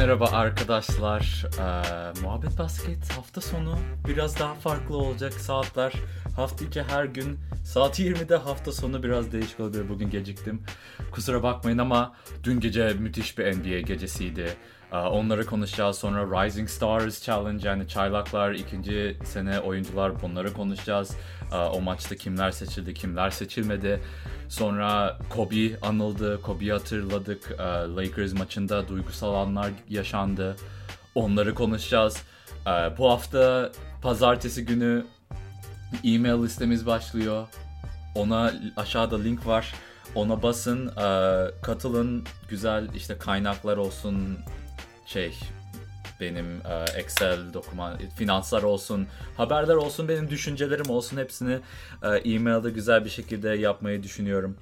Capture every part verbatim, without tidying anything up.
Merhaba arkadaşlar. Ee, Muhabbet Basket hafta sonu biraz daha farklı olacak saatler. Hafta içi her gün saat yirmide, hafta sonu biraz değişik oluyor. Bugün geciktim. Kusura bakmayın ama dün gece müthiş bir N B A gecesiydi. Ee, onları konuşacağız. Sonra Rising Stars Challenge, yani çaylaklar, ikinci sene oyuncular, bunları konuşacağız. Ee, o maçta kimler seçildi, kimler seçilmedi. Sonra Kobe anıldı, Kobe'yi hatırladık. Ee, Lakers maçında duygusal anlar yaşandı. Onları konuşacağız. Ee, bu hafta pazartesi günü e-mail listemiz başlıyor. Ona aşağıda link var. Ona basın, ee, katılın. Güzel işte kaynaklar olsun, şey benim e, Excel doküman, finanslar olsun, haberler olsun, benim düşüncelerim olsun, hepsini e, e-mailde güzel bir şekilde yapmayı düşünüyorum.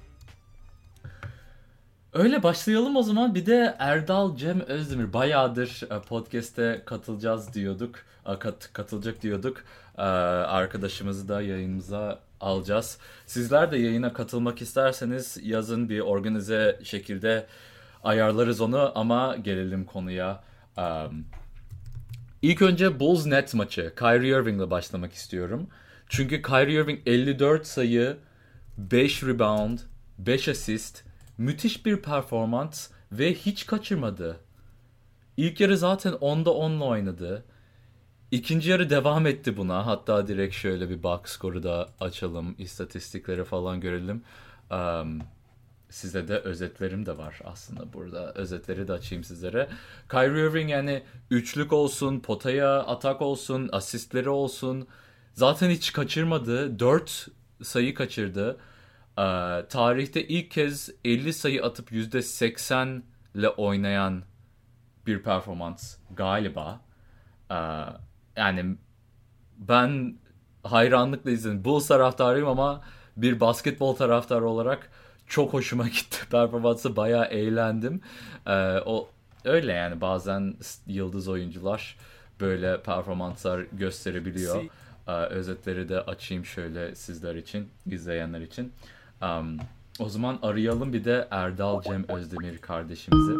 Öyle başlayalım o zaman. Bir de Erdal Cem Özdemir bayağıdır e, podcast'e katılacağız diyorduk. E, kat, katılacak diyorduk. E, arkadaşımızı da yayınımıza alacağız. Sizler de yayına katılmak isterseniz yazın, bir organize şekilde ayarlarız onu, ama gelelim konuya. Um, İlk önce Bulls Nets maçı. Kyrie Irving'le başlamak istiyorum. Çünkü Kyrie Irving elli dört sayı, beş rebound, beş asist, müthiş bir performans ve hiç kaçırmadı. İlk yarı zaten onda onla oynadı. İkinci yarı devam etti buna. Hatta direkt şöyle bir box score'u da açalım, istatistikleri falan görelim. Um, Size de özetlerim de var aslında burada. Özetleri de açayım sizlere. Kyrie Irving, yani üçlük olsun, potaya atak olsun, asistleri olsun, zaten hiç kaçırmadı. dört sayı kaçırdı. Ee, tarihte ilk kez elli sayı atıp yüzde seksen ile oynayan bir performans galiba. Ee, yani ben hayranlıkla izledim. Bulls taraftarıyım ama bir basketbol taraftarı olarak çok hoşuma gitti performansı, bayağı eğlendim. Ee, o öyle yani, bazen yıldız oyuncular böyle performanslar gösterebiliyor. Ee, özetleri de açayım şöyle sizler için, izleyenler için. Um, o zaman arayalım bir de Erdal Cem Özdemir kardeşimizi.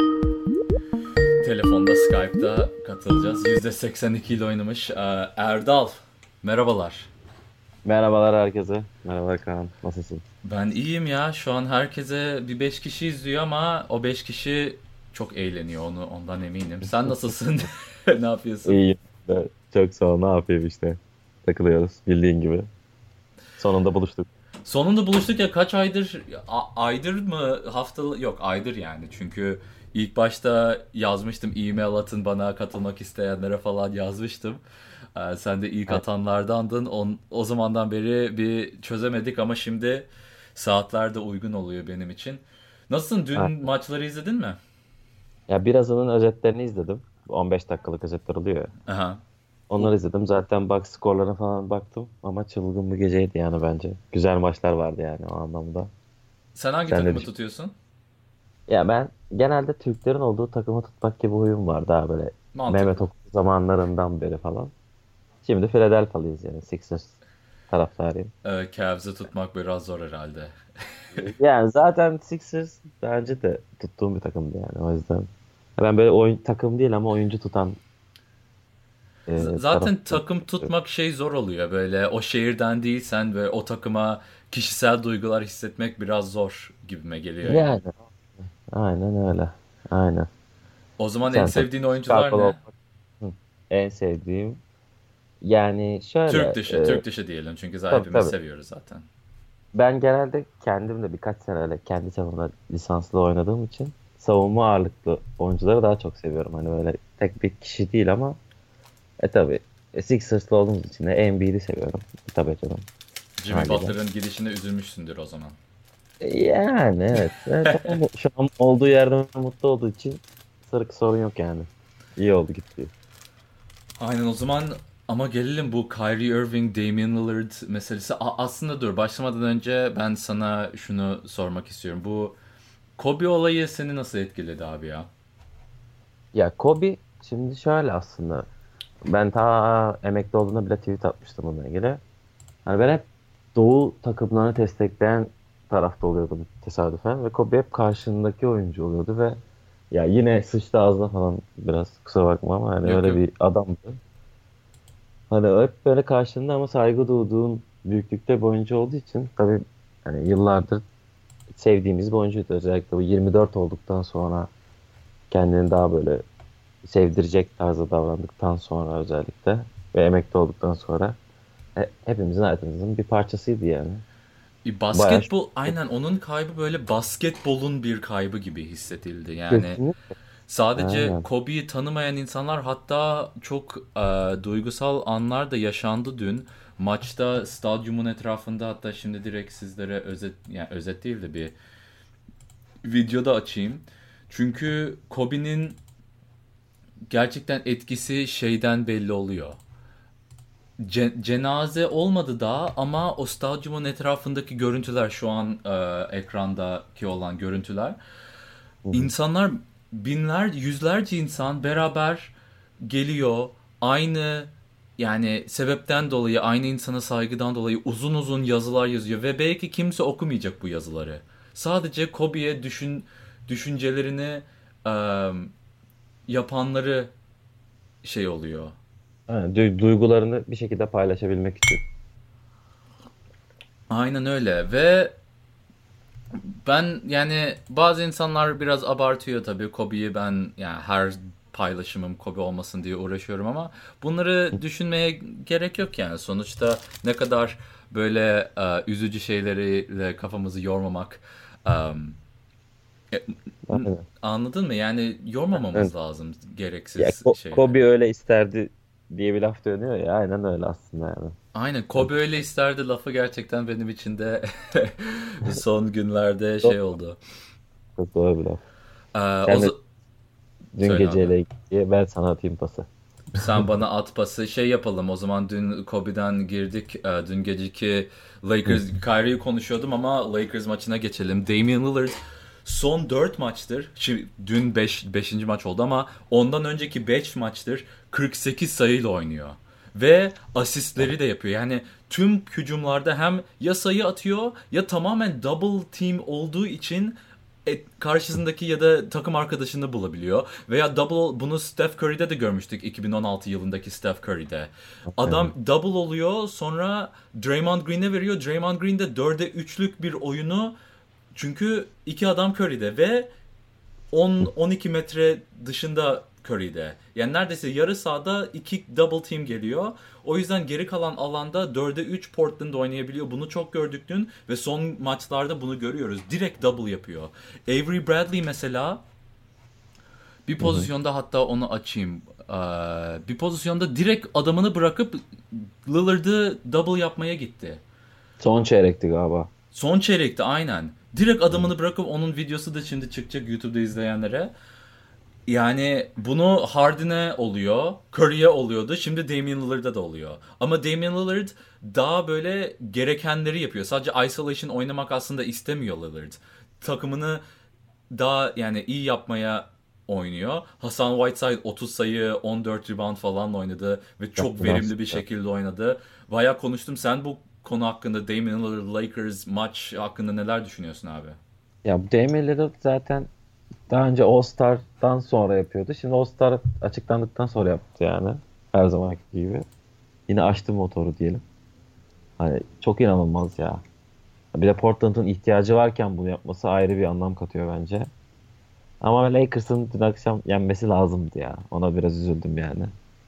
Telefonda, Skype'da katılacağız. yüzde seksen iki ile oynamış. Ee, Erdal, merhabalar. Merhabalar herkese. Merhaba Kaan. Nasılsın? Ben iyiyim ya. Şu an herkese bir beş kişi izliyor ama o beş kişi çok eğleniyor. Onu ondan eminim. Sen nasılsın? Ne yapıyorsun? İyiyim. de. Çok sağ ol. Ne yapayım işte. Takılıyoruz bildiğin gibi. Sonunda buluştuk. Sonunda buluştuk ya, kaç aydır, a- aydır mı, haftalı, yok aydır yani. Çünkü ilk başta yazmıştım, e-mail atın bana, katılmak isteyenlere falan yazmıştım. Ee, sen de ilk Evet. atanlardandın. On, o zamandan beri bir çözemedik ama şimdi saatler de uygun oluyor benim için. Nasılsın? Ha. Dün maçları izledin mi? Ya birazının özetlerini izledim. Bu on beş dakikalık özetler oluyor ya. Aha. Onları izledim. Zaten box skorlarına falan baktım. Ama çılgın bir geceydi yani bence. Güzel maçlar vardı yani o anlamda. Sen hangi Sen ne takımı düşün? tutuyorsun? Ya ben genelde Türklerin olduğu takımı tutmak gibi huyum var daha böyle Mehmet Mantıklı. Okur zamanlarından beri falan. Şimdi Philadelphia'lıyız yani Sixers taraftarıyım. Ee, Cavs'ı tutmak biraz zor herhalde. Yani zaten Sixers bence de tuttuğum bir takımdı yani o yüzden. Ben böyle oyun takım değil ama oyuncu tutan Z- e, taraf. zaten takım tutmak şey zor oluyor, böyle o şehirden değilsen ve o takıma kişisel duygular hissetmek biraz zor gibime geliyor yani. Yani aynen öyle. Aynen. O zaman en Sen tabii sevdiğin Chicago oyuncular ne? olmak. Hı. En sevdiğim yani Türk şöyle dışı, e, Türk dışı diyelim çünkü zaten tabii hepimiz tabii. seviyoruz zaten. Ben genelde kendim de birkaç sene öyle kendi çapımda lisanslı oynadığım için savunma ağırlıklı oyuncuları daha çok seviyorum. Hani böyle tek bir kişi değil ama e tabii e, Sixers'lı olduğumuz için de Embiid'i seviyorum. Tabii canım. Jimmy Haliyle. Butler'ın gidişine üzülmüşsündür o zaman. Yani evet. Evet ama bu- şu an olduğu yerde mutlu olduğu için sarık sorun yok yani. İyi oldu gitti. Aynen, o zaman ama gelelim bu Kyrie Irving, Damian Lillard meselesi. A- aslında dur, başlamadan önce ben sana şunu sormak istiyorum. Bu Kobe olayı seni nasıl etkiledi abi ya? Ya Kobe şimdi şöyle aslında. Ben ta emekli olduğunda bile tweet atmıştım bununla ilgili. Hani ben hep Doğu takımlarını destekleyen tarafta oluyordum tesadüfen ve Kobe hep karşındaki oyuncu oluyordu ve Ya yine sıçtı ağzına falan, biraz kusura bakma ama hani Yok öyle yok. bir adamdı. Hani hep böyle karşında ama saygı duyduğun büyüklükte bir oyuncu olduğu için tabii hani yıllardır sevdiğimiz bir oyuncuydu. Özellikle bu yirmi dört olduktan sonra kendini daha böyle sevdirecek tarzda davrandıktan sonra özellikle ve emekli olduktan sonra he- hepimizin hayatımızın bir parçasıydı yani. E, Bayağı şu- Basketbol aynen onun kaybı böyle basketbolun bir kaybı gibi hissedildi. Yani kesinlikle. sadece Aynen. Kobe'yi tanımayan insanlar hatta çok e, duygusal anlar da yaşandı dün. Maçta stadyumun etrafında hatta şimdi direkt sizlere özet yani özet değil de bir videoda açayım. Çünkü Kobe'nin gerçekten etkisi şeyden belli oluyor. Ce- cenaze olmadı daha ama o stadyumun etrafındaki görüntüler şu an e, ekrandaki olan görüntüler. Hı hı. İnsanlar binler, yüzlerce insan beraber geliyor. Aynı yani sebepten dolayı, aynı insana saygıdan dolayı uzun uzun yazılar yazıyor ve belki kimse okumayacak bu yazıları. Sadece Kobe'ye düşün düşüncelerini e, yapanları şey oluyor. Aynen. Du- duygularını bir şekilde paylaşabilmek için. Aynen öyle ve ben yani bazı insanlar biraz abartıyor tabii Kobe'yi ben yani her paylaşımım Kobe olmasın diye uğraşıyorum ama bunları düşünmeye gerek yok yani sonuçta ne kadar böyle e, üzücü şeyleriyle kafamızı yormamak e, e, Aynen. anladın mı? Yani Evet. yormamamız lazım Ya gereksiz Ko- Kobe şeyleri. öyle isterdi diye bir laf dönüyor ya. Aynen öyle aslında yani. Aynen Evet. Kobe öyle isterdi lafı gerçekten benim için de son günlerde şey Çok, oldu. çok doğru bir laf. E, o Sen de z- dün söyle abi. geceyle ilgili ben sana atayım pası. Sen bana at pası şey yapalım. O zaman dün Kobe'den girdik. Ee, Dün geceki Hı. Lakers, Kyrie'yi konuşuyordum ama Lakers maçına geçelim. Damian Lillard son dört maçtır. Şimdi dün beş beşinci maç oldu ama ondan önceki beş maçtır kırk sekiz sayıyla oynuyor. Ve asistleri de yapıyor. Yani tüm hücumlarda hem ya sayı atıyor ya tamamen double team olduğu için et, karşısındaki ya da takım arkadaşını bulabiliyor. Veya double bunu Steph Curry'de de görmüştük iki bin on altı yılındaki Steph Curry'de. Adam Aynen. double oluyor sonra Draymond Green'e veriyor. Draymond Green de dörde üçlük bir oyunu çünkü iki adam Curry'de ve on on iki metre dışında Curry'de. Yani neredeyse yarı sahada iki double team geliyor. O yüzden geri kalan alanda dörde üç Portland oynayabiliyor. Bunu çok gördük dün ve son maçlarda bunu görüyoruz. Direkt double yapıyor. Avery Bradley mesela bir Hı hı. pozisyonda hatta onu açayım. Ee, bir pozisyonda direkt adamını bırakıp Lillard'ı double yapmaya gitti. Son çeyrekti galiba. Son çeyrekte aynen. Direkt Hı hı. adamını bırakıp onun videosu da şimdi çıkacak YouTube'da izleyenlere. Yani bunu Harden'e oluyor, Curry'e oluyordu. Şimdi Damian Lillard'a da oluyor. Ama Damian Lillard daha böyle gerekenleri yapıyor. Sadece isolation oynamak aslında istemiyor Lillard. Takımını daha yani iyi yapmaya oynuyor. Hasan Whiteside otuz sayı, on dört rebound falan oynadı ve çok Yaptı verimli bir aslında. şekilde oynadı. Bayağı konuştum. Sen bu konu hakkında Damian Lillard Lakers maç hakkında neler düşünüyorsun abi? Ya bu Damian Lillard zaten daha önce All-Star'dan sonra yapıyordu. Şimdi All-Star açıklandıktan sonra yaptı yani. Her zamanki gibi. Yine açtı motoru diyelim. Hani çok inanılmaz ya. Bir de Portland'ın ihtiyacı varken bunu yapması ayrı bir anlam katıyor bence. Ama Lakers'ın dün akşam yenmesi lazımdı ya. Ona biraz üzüldüm yani.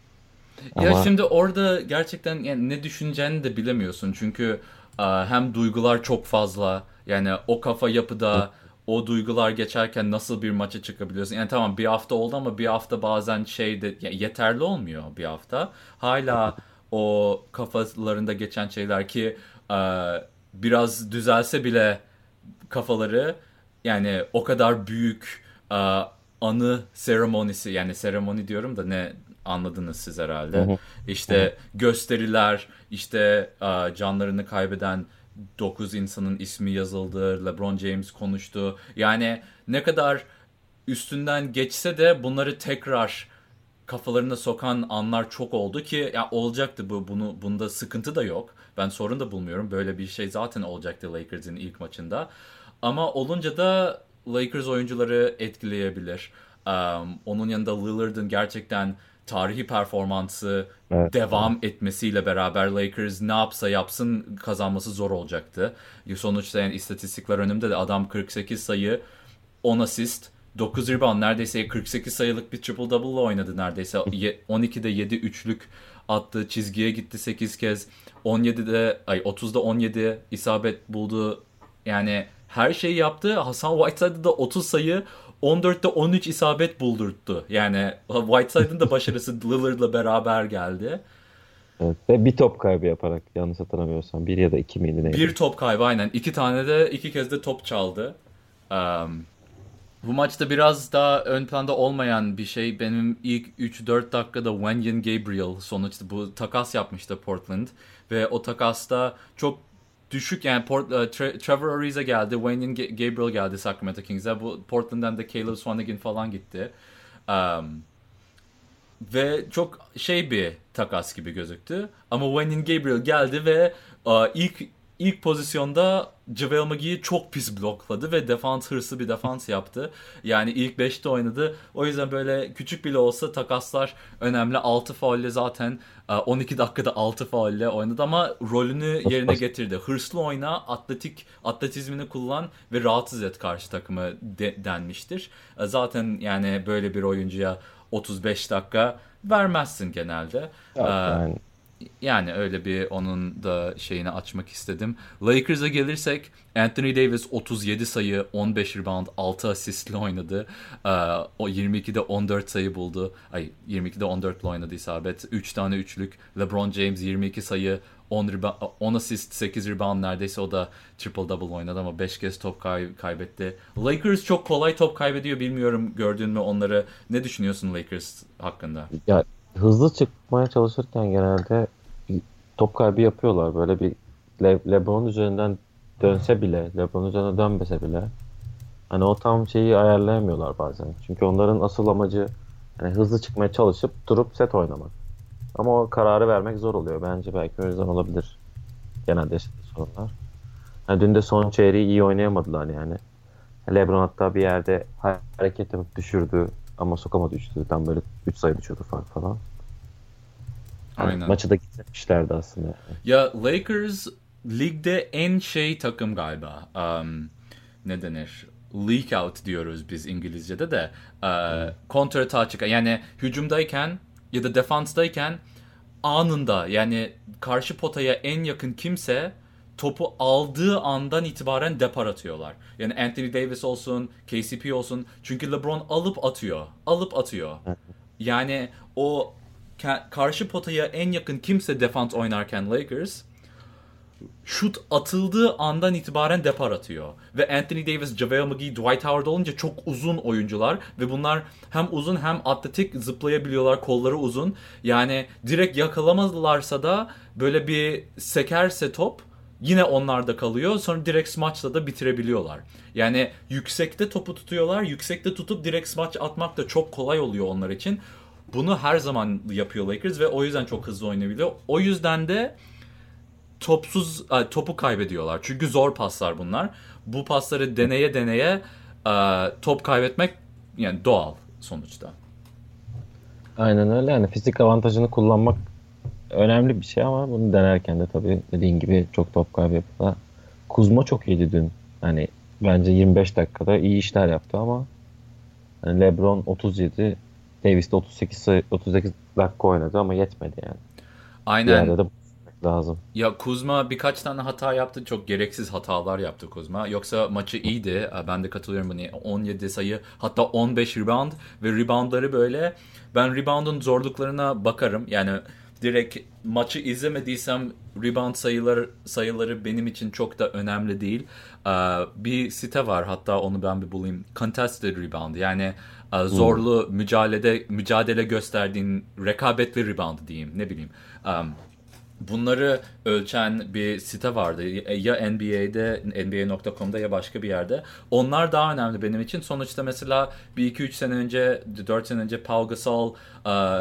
Ya Ama şimdi orada gerçekten yani ne düşüneceğini de bilemiyorsun. Çünkü e, hem duygular çok fazla. Yani o kafa yapıda o duygular geçerken nasıl bir maça çıkabiliyorsun? Yani tamam bir hafta oldu ama bir hafta bazen şey de yani yeterli olmuyor bir hafta. Hala o kafalarında geçen şeyler ki e, biraz düzelse bile kafaları yani o kadar büyük e, anı seremonisi yani seremoni diyorum da ne anladınız siz hı herhalde. hı, hı hı. İşte gösteriler işte e, canlarını kaybeden dokuz insanın ismi yazıldı. LeBron James konuştu. Yani ne kadar üstünden geçse de bunları tekrar kafalarına sokan anlar çok oldu ki ya olacaktı bu bunu bunda sıkıntı da yok. Ben sorun da bulmuyorum. Böyle bir şey zaten olacaktı Lakers'ın ilk maçında. Ama olunca da Lakers oyuncuları etkileyebilir. Um, onun yanında Lillard'ın gerçekten tarihi performansı Evet. devam etmesiyle beraber Lakers ne yapsa yapsın kazanması zor olacaktı. Sonuçta yani istatistikler önümde de adam kırk sekiz sayı, on asist, dokuz rebound, neredeyse kırk sekiz sayılık bir triple double'la oynadı neredeyse. on ikide yedi üçlük attı, çizgiye gitti sekiz kez. on yedide ay otuzda on yedi isabet buldu. Yani her şeyi yaptı. Hasan Whiteside'da da otuz sayı, on dörtte on üç isabet buldurttu. Yani Whiteside'ın da başarısı Lillard'la beraber geldi. Evet. Ve bir top kaybı yaparak, yanlış hatırlamıyorsam bir ya da iki miydi neydi? Bir top kaybı aynen. İki tane de iki kez de top çaldı. Um, Bu maçta biraz daha ön planda olmayan bir şey benim ilk üç dört dakikada Wenyen Gabriel sonuçta bu takas yapmıştı Portland ve o takasta çok düşük yani Port, e, Tra- Trevor Ariza geldi, Wenyen Ga- Gabriel geldi Sacramento Kings'e. Bu Portland'dan da Caleb Swanigan falan gitti. Um, Ve çok şey bir takas gibi gözüktü. Ama Wenyen Gabriel geldi ve e, ilk ilk pozisyonda JaVale McGee'yi çok pis blokladı ve defans hırsı bir defans yaptı. Yani ilk beşte oynadı. O yüzden böyle küçük bile olsa takaslar önemli. altı faulle zaten e, on iki dakikada altı faulle oynadı ama rolünü yerine getirdi. Hırslı oyna, atletik atletizmini kullan ve rahatsız et karşı takımı de, denmiştir. E, Zaten yani böyle bir oyuncuya otuz beş dakika vermezsin genelde. Yok Ee, yani. Yani öyle bir onun da şeyini açmak istedim. Lakers'a gelirsek Anthony Davis otuz yedi sayı, on beş rebound, altı asistle oynadı. Ee, o yirmi ikide on dört sayı buldu. Ay yirmi ikide on dört ile oynadı isabet. üç tane üçlük. LeBron James yirmi iki sayı, on, reba- on asist, sekiz rebound, neredeyse o da triple double oynadı ama beş kez top kay- kaybetti. Lakers çok kolay top kaybediyor, bilmiyorum gördün mü onları. Ne düşünüyorsun Lakers hakkında? Ya hızlı çıkmaya çalışırken genelde bir top kaybı yapıyorlar. Böyle bir Le LeBron üzerinden dönse bile, LeBron üzerine dönmese bile hani o tam şeyi ayarlayamıyorlar bazen. Çünkü onların asıl amacı hani hızlı çıkmaya çalışıp durup set oynamak. Ama o kararı vermek zor oluyor. Bence belki o yüzden olabilir. Genelde yaşadığı sorunlar. Hani dün de son çeyreği iyi oynayamadılar yani. LeBron hatta bir yerde hareket yapıp düşürdü ama sokamadı üçlüyü. Tam böyle üç sayı düşüyordu fark falan. Hani Aynen. maçı da gitmişlerdi aslında. Ya Lakers ligde en şey takım galiba. Um, ne denir? Leak out diyoruz biz İngilizce'de de. Uh, kontratağa çıkan. Yani hücumdayken ya da defanstayken anında yani karşı potaya en yakın kimse topu aldığı andan itibaren depar atıyorlar. Yani Anthony Davis olsun, K C P olsun. Çünkü LeBron alıp atıyor. Alıp atıyor. Yani o ka- karşı potaya en yakın kimse defans oynarken Lakers şut atıldığı andan itibaren depar atıyor. Ve Anthony Davis, JaVale McGee, Dwight Howard olunca çok uzun oyuncular ve bunlar hem uzun hem atletik, zıplayabiliyorlar, kolları uzun. Yani direkt yakalamadılarsa da böyle bir sekerse top yine onlarda kalıyor. Sonra direkt smaçla da bitirebiliyorlar. Yani yüksekte topu tutuyorlar. Yüksekte tutup direkt smaç atmak da çok kolay oluyor onlar için. Bunu her zaman yapıyor Lakers ve o yüzden çok hızlı oynayabiliyor. O yüzden de topsuz topu kaybediyorlar. Çünkü zor paslar bunlar. Bu pasları deneye deneye e, top kaybetmek yani doğal sonuçta. Aynen öyle. Yani fizik avantajını kullanmak önemli bir şey ama bunu denerken de tabii dediğin gibi çok top kaybı yapıp Kuzma çok iyiydi dün. Hani bence yirmi beş dakikada iyi işler yaptı ama hani LeBron otuz yedi, Davis de otuz sekiz sayı- otuz sekiz dakika oynadı ama yetmedi yani. Bir Aynen. yerde de lazım. Ya Kuzma birkaç tane hata yaptı. Çok gereksiz hatalar yaptı Kuzma. Yoksa maçı iyiydi. Ben de katılıyorum buna. on yedi sayı hatta on beş rebound ve reboundları böyle ben rebound'un zorluklarına bakarım. Yani direkt maçı izlemediysem rebound sayıları sayıları benim için çok da önemli değil. Ee, Bir site var hatta onu ben bir bulayım. Contested rebound yani e, Hmm. zorlu mücadele mücadele gösterdiğin rekabetli rebound diyeyim ne bileyim. Um, Bunları ölçen bir site vardı. Ya N B A'de, N B A nokta com'da ya başka bir yerde. Onlar daha önemli benim için. Sonuçta mesela bir iki üç sene önce, dört sene önce Pau Gasol e,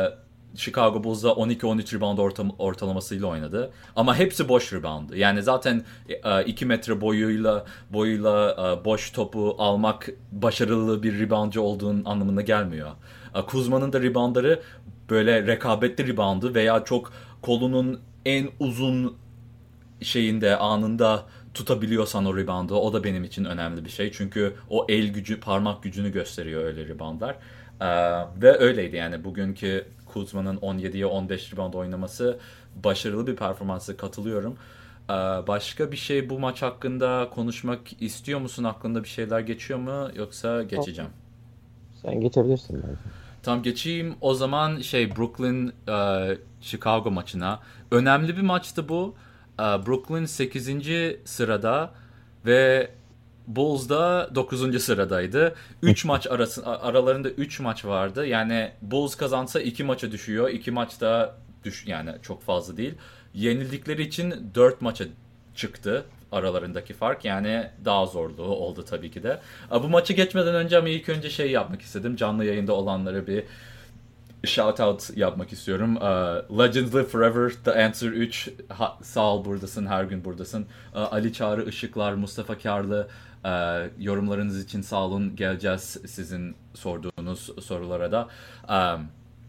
Chicago Bulls'da on iki on üç rebound ortam, ortalamasıyla oynadı. Ama hepsi boş reboundu. Yani zaten iki metre boyuyla boyuyla boş topu almak başarılı bir reboundçı olduğunun anlamına gelmiyor. Kuzma'nın da reboundları böyle rekabetli reboundu veya çok kolunun en uzun şeyinde anında tutabiliyorsan o reboundu, o da benim için önemli bir şey. Çünkü o el gücü, parmak gücünü gösteriyor öyle reboundlar. Ee, ve öyleydi yani bugünkü Kuzma'nın on yediye on beş rebound oynaması başarılı bir performansı, katılıyorum. Ee, başka bir şey bu maç hakkında konuşmak istiyor musun? Aklında bir şeyler geçiyor mu? Yoksa geçeceğim. Sen geçebilirsin bence. Tam geçeyim. O zaman şey Brooklyn e, Chicago maçına. Önemli bir maçtı bu. E, Brooklyn sekizinci sırada ve Bulls da dokuzuncu sıradaydı. üç maç arası aralarında üç maç vardı. Yani Bulls kazansa iki maça düşüyor. iki maç da düş yani çok fazla değil. Yenildikleri için dört maça çıktı aralarındaki fark. Yani daha zorlu oldu tabii ki de. Bu maçı geçmeden önce ama ilk önce şey yapmak istedim. Canlı yayında olanlara bir shout out yapmak istiyorum. Uh, Legends Live Forever, The Answer üç. Ha, sağ ol buradasın, her gün buradasın. Uh, Ali Çağrı Işıklar, Mustafa Karlı, uh, yorumlarınız için sağ olun. Geleceğiz sizin sorduğunuz sorulara da. Um,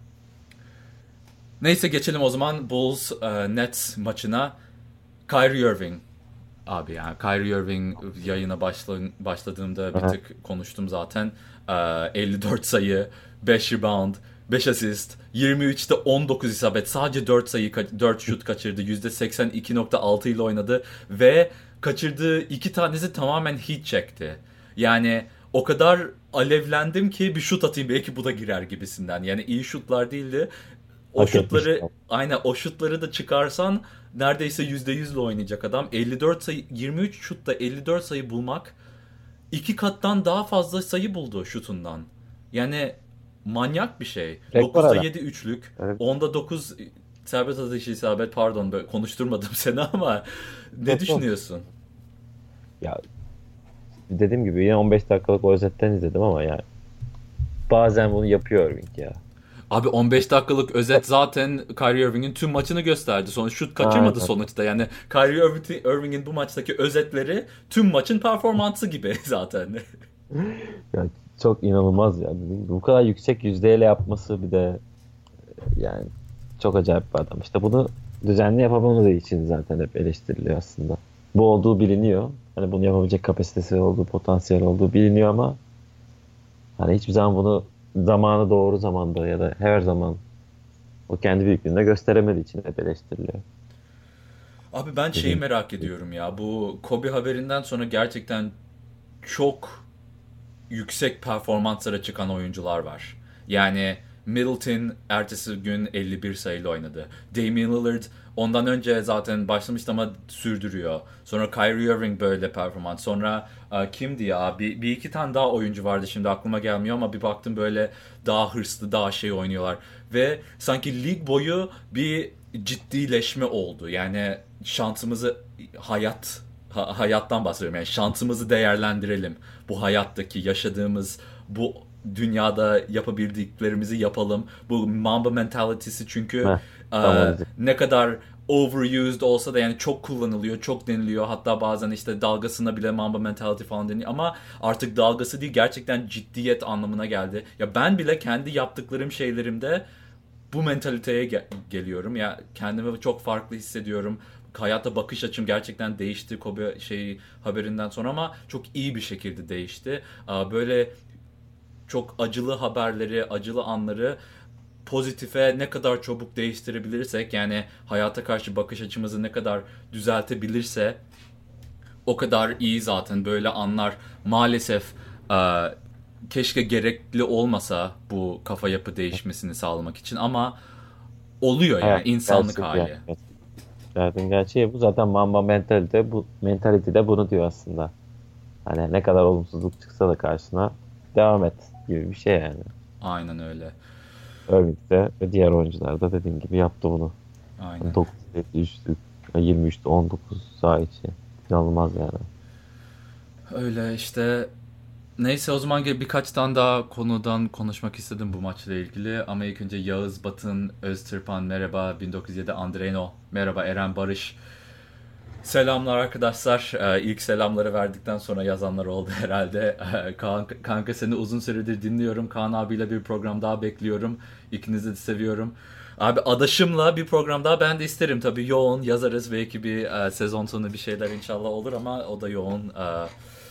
neyse geçelim o zaman Bulls uh, Nets maçına. Kyrie Irving. Abi yani Kyrie Irving yayına başla, başladığımda bir tık konuştum zaten. Ee, elli dört sayı, beş rebound, beş asist, yirmi üçte on dokuz isabet. Sadece dört sayı, dört şut kaçırdı. yüzde seksen iki nokta altı ile oynadı ve kaçırdığı iki tanesi tamamen heat check'ti. Yani o kadar alevlendim ki bir şut atayım belki bu da girer gibisinden. Yani iyi şutlar değildi. O Hak şutları etmişler. aynen o şutları da çıkarsan neredeyse yüzde yüzle oynayacak adam. elli dört sayı, yirmi üç şutta elli dört sayı bulmak iki kattan daha fazla sayı buldu şutundan. Yani manyak bir şey. Rekor dokuzda adam. yedi üçlük, Evet. onda dokuz serbest atışı isabet, pardon böyle konuşturmadım seni ama ne Yok, yok. düşünüyorsun? Ya dediğim gibi yine on beş dakikalık o özetten izledim ama yani bazen bunu yapıyor Irving ya. Abi on beş dakikalık özet zaten Kyrie Irving'in tüm maçını gösterdi. Sonra şut kaçırmadı Aynen. sonuçta. Yani Kyrie Irving'in bu maçtaki özetleri tüm maçın performansı gibi zaten. Ya çok inanılmaz ya. Dediğim gibi bu kadar yüksek yüzdeyle yapması bir de yani çok acayip bir adam. İşte bunu düzenli yapamadığı için zaten hep eleştiriliyor aslında. Bu olduğu biliniyor. Hani bunu yapabilecek kapasitesi olduğu, potansiyel olduğu biliniyor ama hani hiçbir zaman bunu zamanı doğru zamanda ya da her zaman o kendi büyüklüğünde gösteremediği için hep eleştiriliyor. Abi ben şeyi Dediğim merak gibi. ediyorum ya. Bu Kobe haberinden sonra gerçekten çok yüksek performanslara çıkan oyuncular var. Yani Middleton ertesi gün elli bir sayıyla oynadı. Damian Lillard ondan önce zaten başlamıştı ama sürdürüyor. Sonra Kyrie Irving böyle performans. Sonra e, kimdi ya? Bir, bir iki tane daha oyuncu vardı şimdi aklıma gelmiyor ama bir baktım böyle daha hırslı, daha şey oynuyorlar. Ve sanki lig boyu bir ciddileşme oldu. Yani şansımızı hayat ha- hayattan bahsediyorum. Yani şansımızı değerlendirelim. Bu hayattaki yaşadığımız bu dünyada yapabildiklerimizi yapalım. Bu Mamba mentality'si çünkü Heh, e, tam onu diyecektim. ne kadar overused olsa da yani çok kullanılıyor, çok deniliyor. Hatta bazen işte dalgasına bile Mamba mentality falan deniyor. Ama artık dalgası değil gerçekten ciddiyet anlamına geldi. Ya ben bile kendi yaptıklarım şeylerimde bu mentaliteye ge- geliyorum. Ya kendimi çok farklı hissediyorum. Hayata bakış açım gerçekten değişti Kobe şey haberinden sonra ama çok iyi bir şekilde değişti. Aa, Böyle çok acılı haberleri, acılı anları pozitife ne kadar çabuk değiştirebilirsek yani hayata karşı bakış açımızı ne kadar düzeltebilirse o kadar iyi zaten böyle anlar maalesef e, keşke gerekli olmasa bu kafa yapı değişmesini sağlamak için ama oluyor yani Hayat insanlık gerçek yani. hali. Hayatın gerçeği bu. Zaten Mamba mentalite bu mentality de bunu diyor aslında. Hani ne kadar olumsuzluk çıksa da karşına devam et gibi bir şey yani. Aynen öyle. Irving de ve diğer oyuncular da dediğim gibi yaptı bunu. Aynen. dokuz üçlük, yirmi üçte on dokuz saha içi. İnanılmaz yani. Öyle işte Neyse o zaman gel birkaç tane daha konudan konuşmak istedim bu maçla ilgili. Ama ilk önce Yağız Batın, Öztürpan merhaba, bin dokuz yüz yedi Andreno merhaba, Eren Barış. Selamlar arkadaşlar. Ee, ilk selamları verdikten sonra yazanlar oldu herhalde. Ee, Kaan, kanka seni uzun süredir dinliyorum. Kaan abiyle bir program daha bekliyorum. İkinizi de seviyorum. Abi adaşımla bir program daha ben de isterim. Tabii yoğun yazarız. Belki bir e, sezon sonu bir şeyler inşallah olur ama o da yoğun. Ee,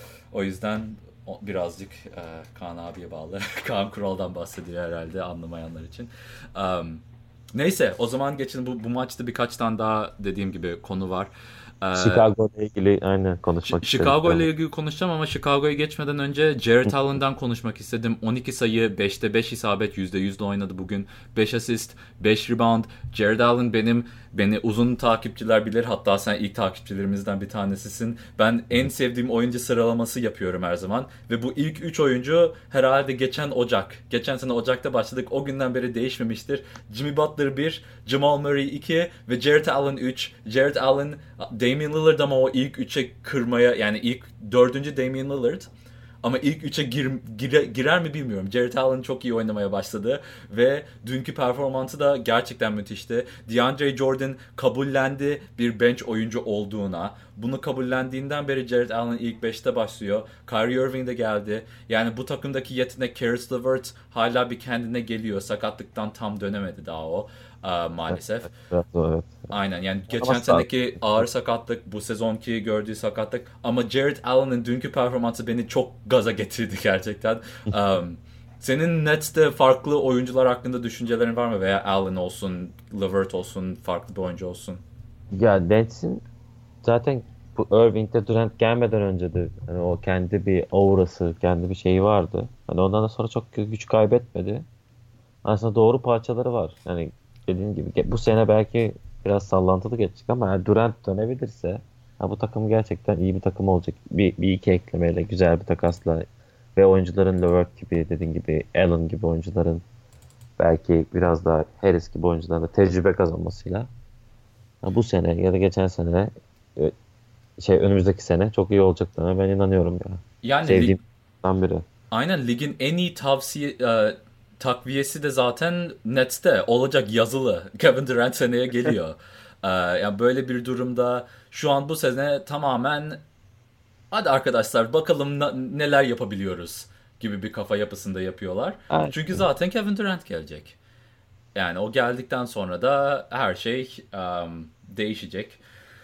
o yüzden o- birazcık e, Kaan abiye bağlı. Kaan Kural'dan bahsediyor herhalde anlamayanlar için. Um, Neyse o zaman geçin bu, bu maçta birkaç tane daha dediğim gibi konu var. Ee, Chicago ile ilgili aynen Ş- konuşmak Chicago ile istediklerim. ilgili konuşacağım ama Chicago'ya geçmeden önce Jared Allen'dan konuşmak istedim. on iki sayı, beşte beş isabet, yüzde yüz de oynadı bugün. beş asist, beş rebound. Jared Allen benim, beni uzun takipçiler bilir. Hatta sen ilk takipçilerimizden bir tanesisin. Ben en sevdiğim oyuncu sıralaması yapıyorum her zaman. Ve bu ilk üç oyuncu herhalde geçen Ocak. Geçen sene Ocak'ta başladık. O günden beri değişmemiştir. Jimmy Butler bir, Jamal Murray iki ve Jared Allen üç. Jared Allen, Damian Lillard ama o ilk üçe kırmaya yani ilk dördüncü Damian Lillard ama ilk üçe gir, gire- girer mi bilmiyorum. Jared Allen çok iyi oynamaya başladı ve dünkü performansı da gerçekten müthişti. DeAndre Jordan kabullendi bir bench oyuncu olduğuna. Bunu kabullendiğinden beri Jared Allen ilk beşte başlıyor. Kyrie Irving de geldi. Yani bu takımdaki yetenek Caris LeVert hala bir kendine geliyor. Sakatlıktan tam dönemedi daha o. Aa, Evet, maalesef. evet, evet, evet. Aynen yani geçen Oynaması lazım. seneki ağır sakatlık, bu sezonki gördüğü sakatlık ama Jared Allen'ın dünkü performansı beni çok gaza getirdi gerçekten. Um, senin Nets'te farklı oyuncular hakkında düşüncelerin var mı? Veya Allen olsun, LeVert olsun, farklı bir oyuncu olsun. Ya Nets'in zaten bu Irving'de Durant gelmeden önce de hani o kendi bir aurası, kendi bir şeyi vardı. Hani ondan da sonra çok güç kaybetmedi. Aslında doğru parçaları var. Yani dediğim gibi ge- bu sene belki biraz sallantılı geçecek ama eğer Durant dönebilirse ha, bu takım gerçekten iyi bir takım olacak. Bir, bir iki eklemeyle, güzel bir takasla ve oyuncuların Levert gibi dediğin gibi Allen gibi oyuncuların belki biraz daha Harris gibi oyuncuların da tecrübe kazanmasıyla ha, bu sene ya da geçen sene e, şey önümüzdeki sene çok iyi olacaklarına ben inanıyorum ya. Yani lig, Sevdiğimden biri. aynen ligin en iyi tavsiye e, takviyesi de zaten Nets'te olacak yazılı. Kevin Durant seneye geliyor. E, yani böyle bir durumda şu an bu sene tamamen hadi arkadaşlar bakalım na- neler yapabiliyoruz gibi bir kafa yapısında yapıyorlar. Ha, Çünkü zaten Kevin Durant gelecek. Yani o geldikten sonra da her şey um, değişecek.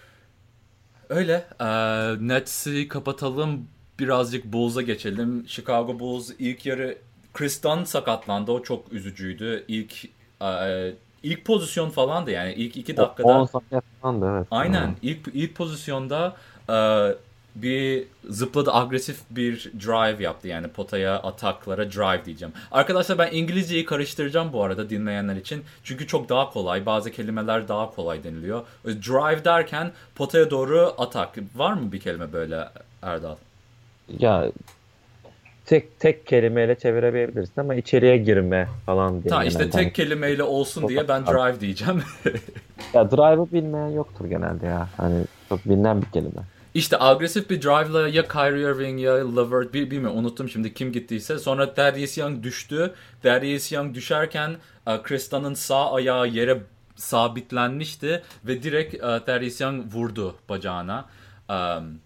Öyle. Eee Nets'i kapatalım. Birazcık Bulls'a geçelim. Chicago Bulls ilk yarı Chris Dunn sakatlandı. O çok üzücüydü. İlk eee, ilk pozisyon falandı yani. İlk iki o- on dakikada saniye falan da evet. aynen Ha. ilk ilk pozisyonda e, bir zıpladı, agresif bir drive yaptı yani potaya ataklara drive diyeceğim. Arkadaşlar ben İngilizceyi karıştıracağım bu arada dinleyenler için. Çünkü çok daha kolay, bazı kelimeler daha kolay deniliyor. Drive derken potaya doğru atak. Var mı bir kelime böyle Erdal? Ya tek tek kelimeyle çevirebilirsin ama içeriye girme falan diye Ta işte genelde. Hani tek kelimeyle olsun çok diye ben az. drive diyeceğim. Ya drive'ı bilmeyen yoktur genelde ya. Hani çok bilinen bir kelime. İşte agresif bir drive'la ya Kyrie Irving ya LeVert bir bilmiyorum unuttum şimdi kim gittiyse. Sonra Thaddeus Young düştü. Thaddeus Young düşerken e, Chris Dunn'ın sağ ayağı yere sabitlenmişti ve direkt e, Thaddeus Young vurdu bacağına. Um,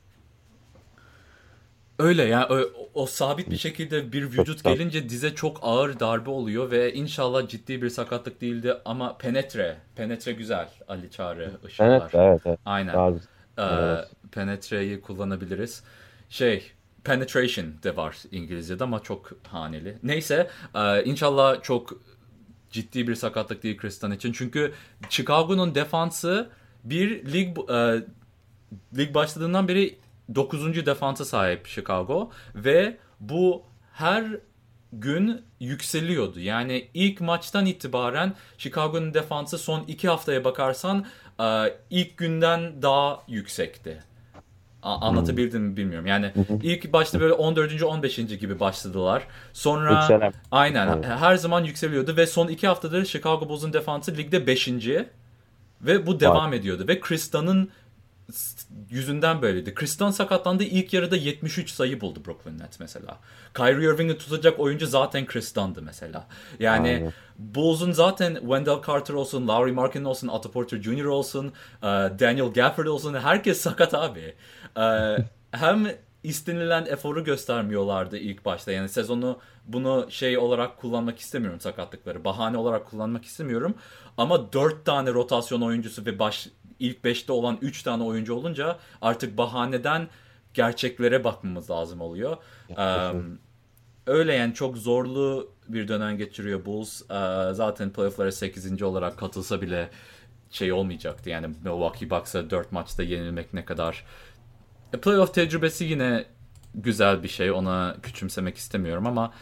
Öyle yani o, o sabit bir şekilde bir Çok vücut da. gelince dize çok ağır darbe oluyor ve inşallah ciddi bir sakatlık değildi ama penetre, penetre güzel Ali Çağrı Evet, ışıklar. evet, evet. Aynen. Daha güzel. Ee, Evet. penetreyi kullanabiliriz. Şey, penetration de var İngilizce'de ama çok haneli. Neyse, e, inşallah çok ciddi bir sakatlık değil Kristan için. Çünkü Chicago'nun defansı bir lig e, lig başladığından beri dokuzuncu defansa sahip Chicago ve bu her gün yükseliyordu. Yani ilk maçtan itibaren Chicago'nun defansı son iki haftaya bakarsan e, ilk günden daha yüksekti. A- Hmm. Anlatabildim mi bilmiyorum. Yani Hı hı. ilk başta böyle on dördüncü. on beşinci gibi başladılar. Sonra Yükselen. aynen Evet. her zaman yükseliyordu ve son iki haftadır Chicago Bulls'un defansı ligde beşinci ve bu Var. devam ediyordu. Ve Chris Dunn'ın yüzünden böyleydi. Chris Dunn sakatlandı. İlk yarıda yetmiş üç sayı buldu Brooklyn Nets mesela. Kyrie Irving'i tutacak oyuncu zaten Chris Dunn'dı mesela. Yani Aynen. Bulls'un zaten Wendell Carter olsun, Lauri Markkanen olsun, Otto Porter Junior olsun, e, Daniel Gafford olsun, herkes sakat abi. E, hem istenilen eforu göstermiyorlardı ilk başta. Yani sezonu bunu şey olarak kullanmak istemiyorum, sakatlıkları. Bahane olarak kullanmak istemiyorum. Ama dört tane rotasyon oyuncusu ve baş ilk beşte olan üç tane oyuncu olunca artık bahaneden gerçeklere bakmamız lazım oluyor. Ee, Kesin. öyle yani, çok zorlu bir dönem geçiriyor Bulls. Ee, zaten playoff'lara sekizinci olarak katılsa bile şey olmayacaktı. Yani Milwaukee Bucks'a dört maçta yenilmek ne kadar. E, playoff tecrübesi yine güzel bir şey. Ona küçümsemek istemiyorum ama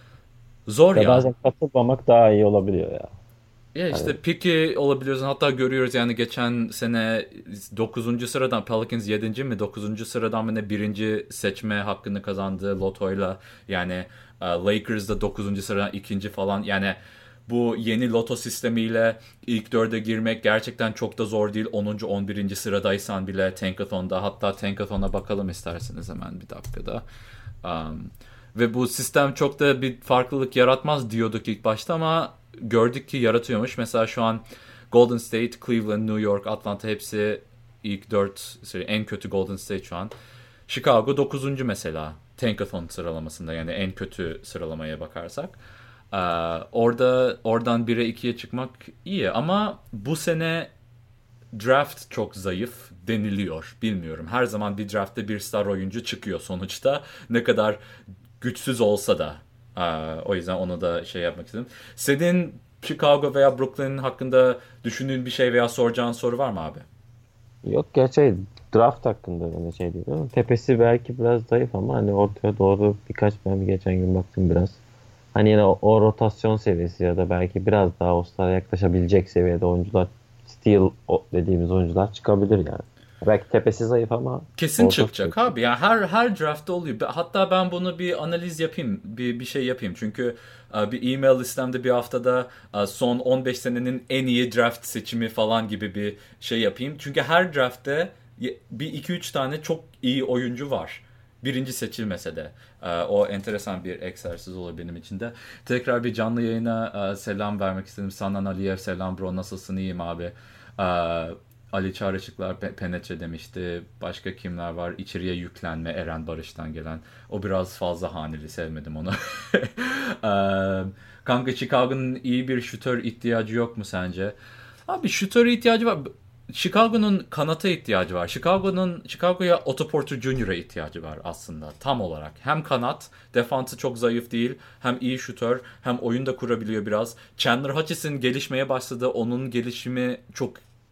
zor Ya ya. bazen katılmamak daha iyi olabiliyor ya. Ya Hani işte picky olabiliyorsun. Hatta görüyoruz yani, geçen sene dokuzuncu sıradan Pelicans yedinci mi dokuzuncu sıradan mı ne birinci seçme hakkını kazandı lotoyla. Yani e, Lakers da dokuzuncu sıradan ikinci falan. Yani bu yeni loto sistemiyle ilk dörde girmek gerçekten çok da zor değil. onuncu on birinci sıradaysan bile Tankathon'da, hatta Tankathon'a bakalım isterseniz hemen bir dakikada. Um, ve bu sistem çok da bir farklılık yaratmaz diyorduk ilk başta ama gördük ki yaratıyormuş. Mesela şu an Golden State, Cleveland, New York, Atlanta hepsi ilk dört, en kötü Golden State şu an. Chicago dokuzuncu mesela Tankathon sıralamasında, yani en kötü sıralamaya bakarsak. Ee, orada oradan bire ikiye çıkmak iyi ama bu sene draft çok zayıf deniliyor. Bilmiyorum. Her zaman bir draftte bir star oyuncu çıkıyor sonuçta. Ne kadar güçsüz olsa da. Aa, o yüzden onu da şey yapmak istedim. Senin Chicago veya Brooklyn hakkında düşündüğün bir şey veya soracağın soru var mı abi? yok ya şey draft hakkında yani şey değil ama tepesi belki biraz zayıf ama hani ortaya doğru birkaç ben geçen gün baktım biraz. Hani yine o, o rotasyon seviyesi ya da belki biraz daha All-Star'a yaklaşabilecek seviyede oyuncular, steal o- dediğimiz oyuncular çıkabilir yani. Belki tepesi zayıf ama Kesin orta çıkacak abi. Yani her her draftta oluyor. Hatta ben bunu bir analiz yapayım, bir bir şey yapayım. Çünkü e, bir e-mail listemde bir haftada e, son on beş senenin en iyi draft seçimi falan gibi bir şey yapayım. Çünkü her draftte y- bir iki üç tane çok iyi oyuncu var. Birinci seçilmese de. E, o enteresan bir egzersiz olur benim için de. Tekrar bir canlı yayına e, selam vermek istedim. Sandan Aliyev, selam bro, nasılsın, iyiyim abi. E, Ali Çağrışıklar pe- penetre demişti. Başka kimler var? İçeriye yüklenme, Eren Barış'tan gelen. O biraz fazla haneli, sevmedim onu. Eee, kanka, Chicago'nun iyi bir şutör ihtiyacı yok mu sence? Abi şutör ihtiyacı var. Chicago'nun kanata ihtiyacı var. Chicago'nun Chicago'ya Otto Porter Junior'a ihtiyacı var aslında tam olarak. Hem kanat, defansı çok zayıf değil. Hem iyi şutör, hem oyun da kurabiliyor biraz. Chandler Hutchison gelişmeye başladı. Onun gelişimi çok,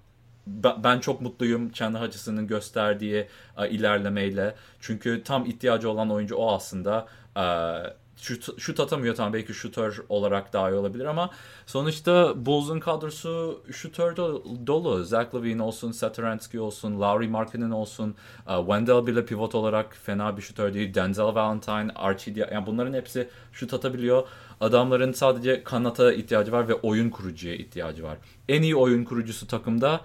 ben çok mutluyum Chandler Hutchison'ın gösterdiği e, ilerlemeyle. Çünkü tam ihtiyacı olan oyuncu o aslında. E, şut, şut atamıyor, tamam, belki şutör olarak daha iyi olabilir ama sonuçta Bulls'un kadrosu şutör dolu. Zach LaVine olsun, Satoransky olsun, Lauri Markkanen olsun, e, Wendell bile pivot olarak fena bir şutör değil. Denzel Valentine, Archie Diaz, yani bunların hepsi şut atabiliyor. Adamların sadece kanata ihtiyacı var ve oyun kurucuya ihtiyacı var. En iyi oyun kurucusu takımda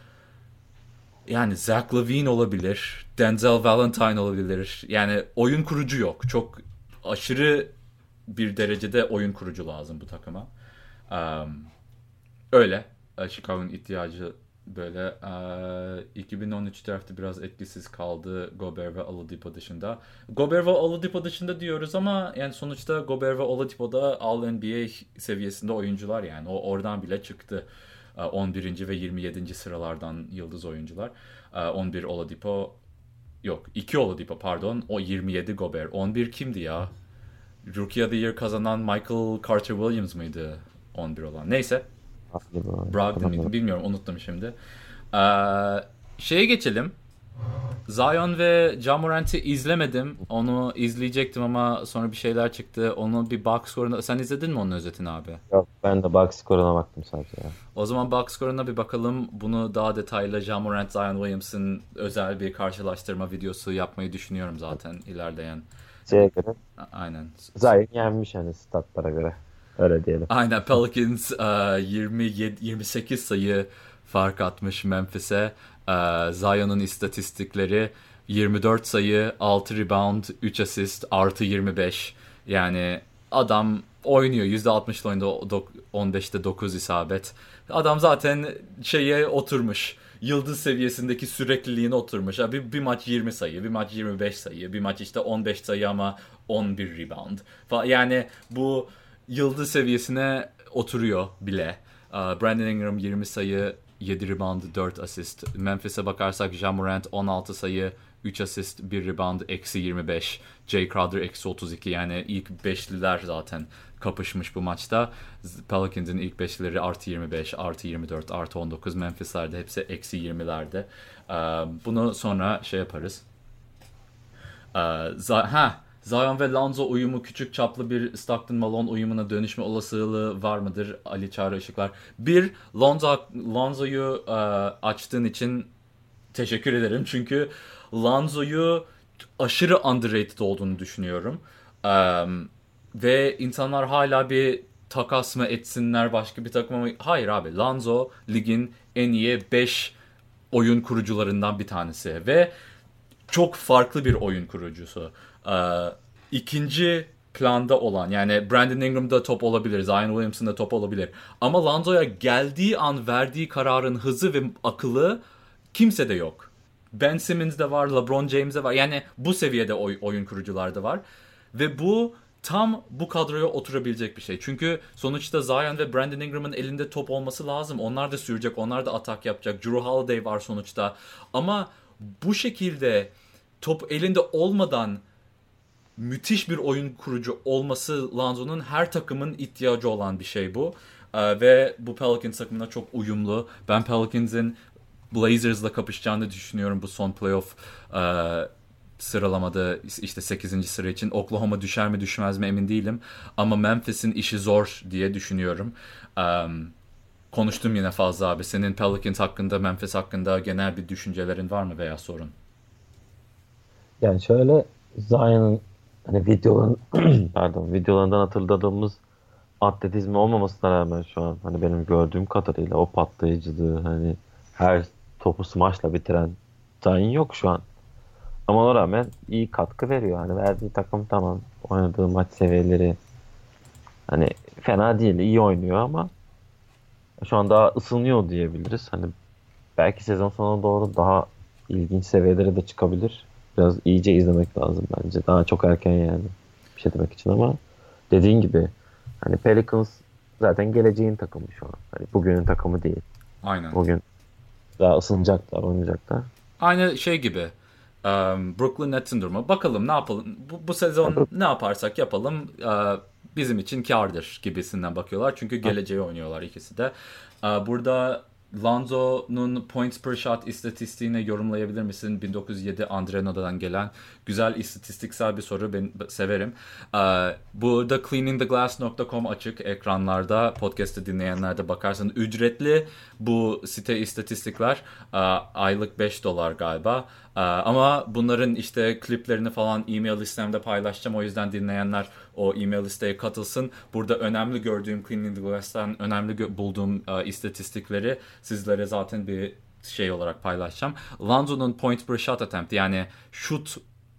yani Zach LaVine olabilir, Denzel Valentine olabilir. Yani oyun kurucu yok. Çok aşırı bir derecede oyun kurucu lazım bu takıma. Um, öyle. Chicago'nun ihtiyacı böyle. Uh, iki bin on üç draftı biraz etkisiz kaldı Gobert ve Oladipo dışında. Gobert ve Oladipo dışında diyoruz ama yani sonuçta Gobert ve Oladipo da All-N B A seviyesinde oyuncular yani. O oradan bile çıktı. on birinci ve yirmi yedinci sıralardan yıldız oyuncular. on bir Oladipo, yok, iki Oladipo pardon. O yirmi yedi Gobert. on bir kimdi ya? Rookie of the Year kazanan Michael Carter Williams mıydı on bir olan? Neyse. galiba. Brogdon mıydı bilmiyorum, unuttum şimdi. Ee, şeye geçelim. Zion ve Ja Morant'i izlemedim. Onu izleyecektim ama sonra bir şeyler çıktı. Onun bir box score'unu... Sen izledin mi onun özetini abi? Yok, ben de box skoruna baktım sadece ya. O zaman box score'una bir bakalım. Bunu daha detaylı Ja Morant, Zion Williamson özel bir karşılaştırma videosu yapmayı düşünüyorum zaten ilerleyen. Şeye göre Aynen. Zion yenmiş hani statlara göre. Öyle diyelim. Aynen, Pelicans e, yirmi yedi, yirmi sekiz sayı fark atmış Memphis'e. Ee, Zion'un istatistikleri yirmi dört sayı, altı rebound, üç asist, artı yirmi beş. Yani adam oynuyor. yüzde altmışlı oyunda, on beşte dokuz isabet. Adam zaten şeye oturmuş. Yıldız seviyesindeki sürekliliğine oturmuş. Bir, bir maç yirmi sayı, bir maç yirmi beş sayı, bir maç işte on beş sayı ama on bir rebound. Yani bu yıldız seviyesine oturuyor bile. Brandon Ingram yirmi sayı, yedi rebound, dört asist. Memphis'e bakarsak Ja Morant on altı sayı, üç asist, bir rebound, eksi yirmi beş. Jay Crowder eksi otuz iki. Yani ilk beşliler zaten kapışmış bu maçta. Pelicans'in ilk beşlileri artı yirmi beş, artı yirmi dört, artı on dokuz. Memphis'lerde hepsi eksi yirmilerde. Bunu sonra şey yaparız. Ha, Zion ve Lonzo uyumu küçük çaplı bir Stockton Malone uyumuna dönüşme olasılığı var mıdır? Ali Çağrı Işıklar. Bir, Lonzo, Lonzo'yu e, açtığın için teşekkür ederim. Çünkü Lonzo'yu aşırı underrated olduğunu düşünüyorum. E, ve insanlar hala bir takas mı etsinler başka bir takıma mı? Hayır abi, Lonzo ligin en iyi beş oyun kurucularından bir tanesi. Ve çok farklı bir oyun kurucusu. Ee, ikinci planda olan, yani Brandon Ingram'da top olabilir, Zion Williamson'da top olabilir. Ama Lonzo'ya geldiği an verdiği kararın hızı ve akıllı kimsede yok. Ben Simmons'de var, LeBron James'de var. Yani bu seviyede oy, oyun kurucular da var. Ve bu tam bu kadroya oturabilecek bir şey. Çünkü sonuçta Zion ve Brandon Ingram'ın elinde top olması lazım. Onlar da sürecek, onlar da atak yapacak. Drew Holiday var sonuçta. Ama bu şekilde top elinde olmadan müthiş bir oyun kurucu olması Lonzo'nun her takımın ihtiyacı olan bir şey bu. Ee, ve bu Pelicans takımına çok uyumlu. Ben Pelicans'in Blazers'la kapışacağını düşünüyorum bu son playoff e, sıralamada, işte sekizinci sıra için. Oklahoma düşer mi düşmez mi emin değilim. Ama Memphis'in işi zor diye düşünüyorum. Ee, konuştum yine fazla abi. Senin Pelicans hakkında, Memphis hakkında genel bir düşüncelerin var mı veya sorun? Yani şöyle, Zion'ın hani videoların pardon videolarından hatırladığımız atletizmi olmamasına rağmen şu an hani benim gördüğüm kadarıyla o patlayıcılığı, hani her topu smaçla bitiren Zion yok şu an. Ama ona rağmen iyi katkı veriyor. Hani verdiği takım tamam, oynadığı maç seviyeleri hani fena değil, iyi oynuyor ama şu an daha ısınıyor diyebiliriz. Hani belki sezon sonuna doğru daha ilginç seviyelere de çıkabilir. Biraz iyice izlemek lazım bence. Daha çok erken yani bir şey demek için, ama dediğin gibi hani Pelicans zaten geleceğin takımı şu an. Hani bugünün takımı değil. Aynen. Bugün daha ısınacaklar, oynayacaklar. Aynı şey gibi. Um, Brooklyn Nets'in durumu. Bakalım ne yapalım. Bu, bu sezon ne yaparsak yapalım uh, bizim için kârdır gibisinden bakıyorlar. Çünkü geleceği oynuyorlar ikisi de. Uh, burada Lonzo'nun points per shot istatistiğini yorumlayabilir misin? bin dokuz yüz yedi Andrena'dan gelen güzel istatistiksel bir soru. Ben severim. Uh, burada cleaning the glass nokta com açık ekranlarda. Podcast'ı dinleyenler de bakarsanız ücretli bu site istatistikler. Uh, aylık beş dolar galiba. Uh, ama bunların işte kliplerini falan e-mail listemde paylaşacağım. O yüzden dinleyenler o e-mail listeye katılsın. Burada önemli gördüğüm Cleaning the Glass'tan önemli gö- bulduğum uh, istatistikleri sizlere zaten bir şey olarak paylaşacağım. Lonzo'nun point per shot attempt, yani şut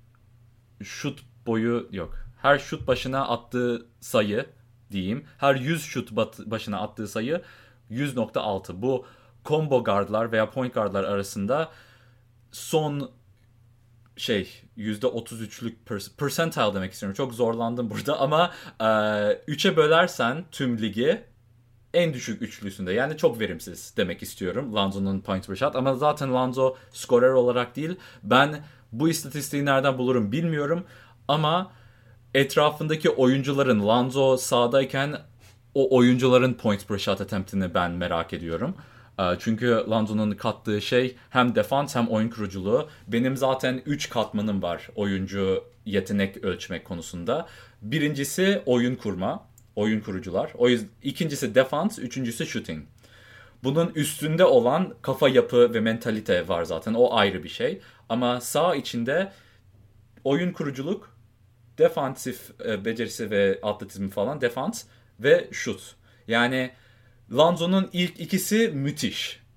şut boyu yok. Her şut başına attığı sayı diyeyim. Her yüz şut başına attığı sayı yüz nokta altı. Bu combo guardlar veya point guardlar arasında son şey yüzde otuz üçlük percentile demek istiyorum. Çok zorlandım burada ama üçe bölersen tüm ligi en düşük üçlüsünde, yani çok verimsiz demek istiyorum Lonzo'nun point per shot. Ama zaten Lonzo skorer olarak değil. Ben bu istatistiği nereden bulurum bilmiyorum ama etrafındaki oyuncuların, Lonzo sahadayken o oyuncuların point per shot attempt'ini ben merak ediyorum. Çünkü Lonzo'nun kattığı şey hem defans hem oyun kuruculuğu. Benim zaten üç katmanım var oyuncu yetenek ölçmek konusunda. Birincisi oyun kurma, oyun kurucular. O yüzden ikincisi defans, üçüncüsü shooting. Bunun üstünde olan kafa yapı ve mentalite var zaten. O ayrı bir şey. Ama saha içinde oyun kuruculuk, defansif e, becerisi ve atletizmi falan, defans ve şut. Yani Lonzo'nun ilk ikisi müthiş.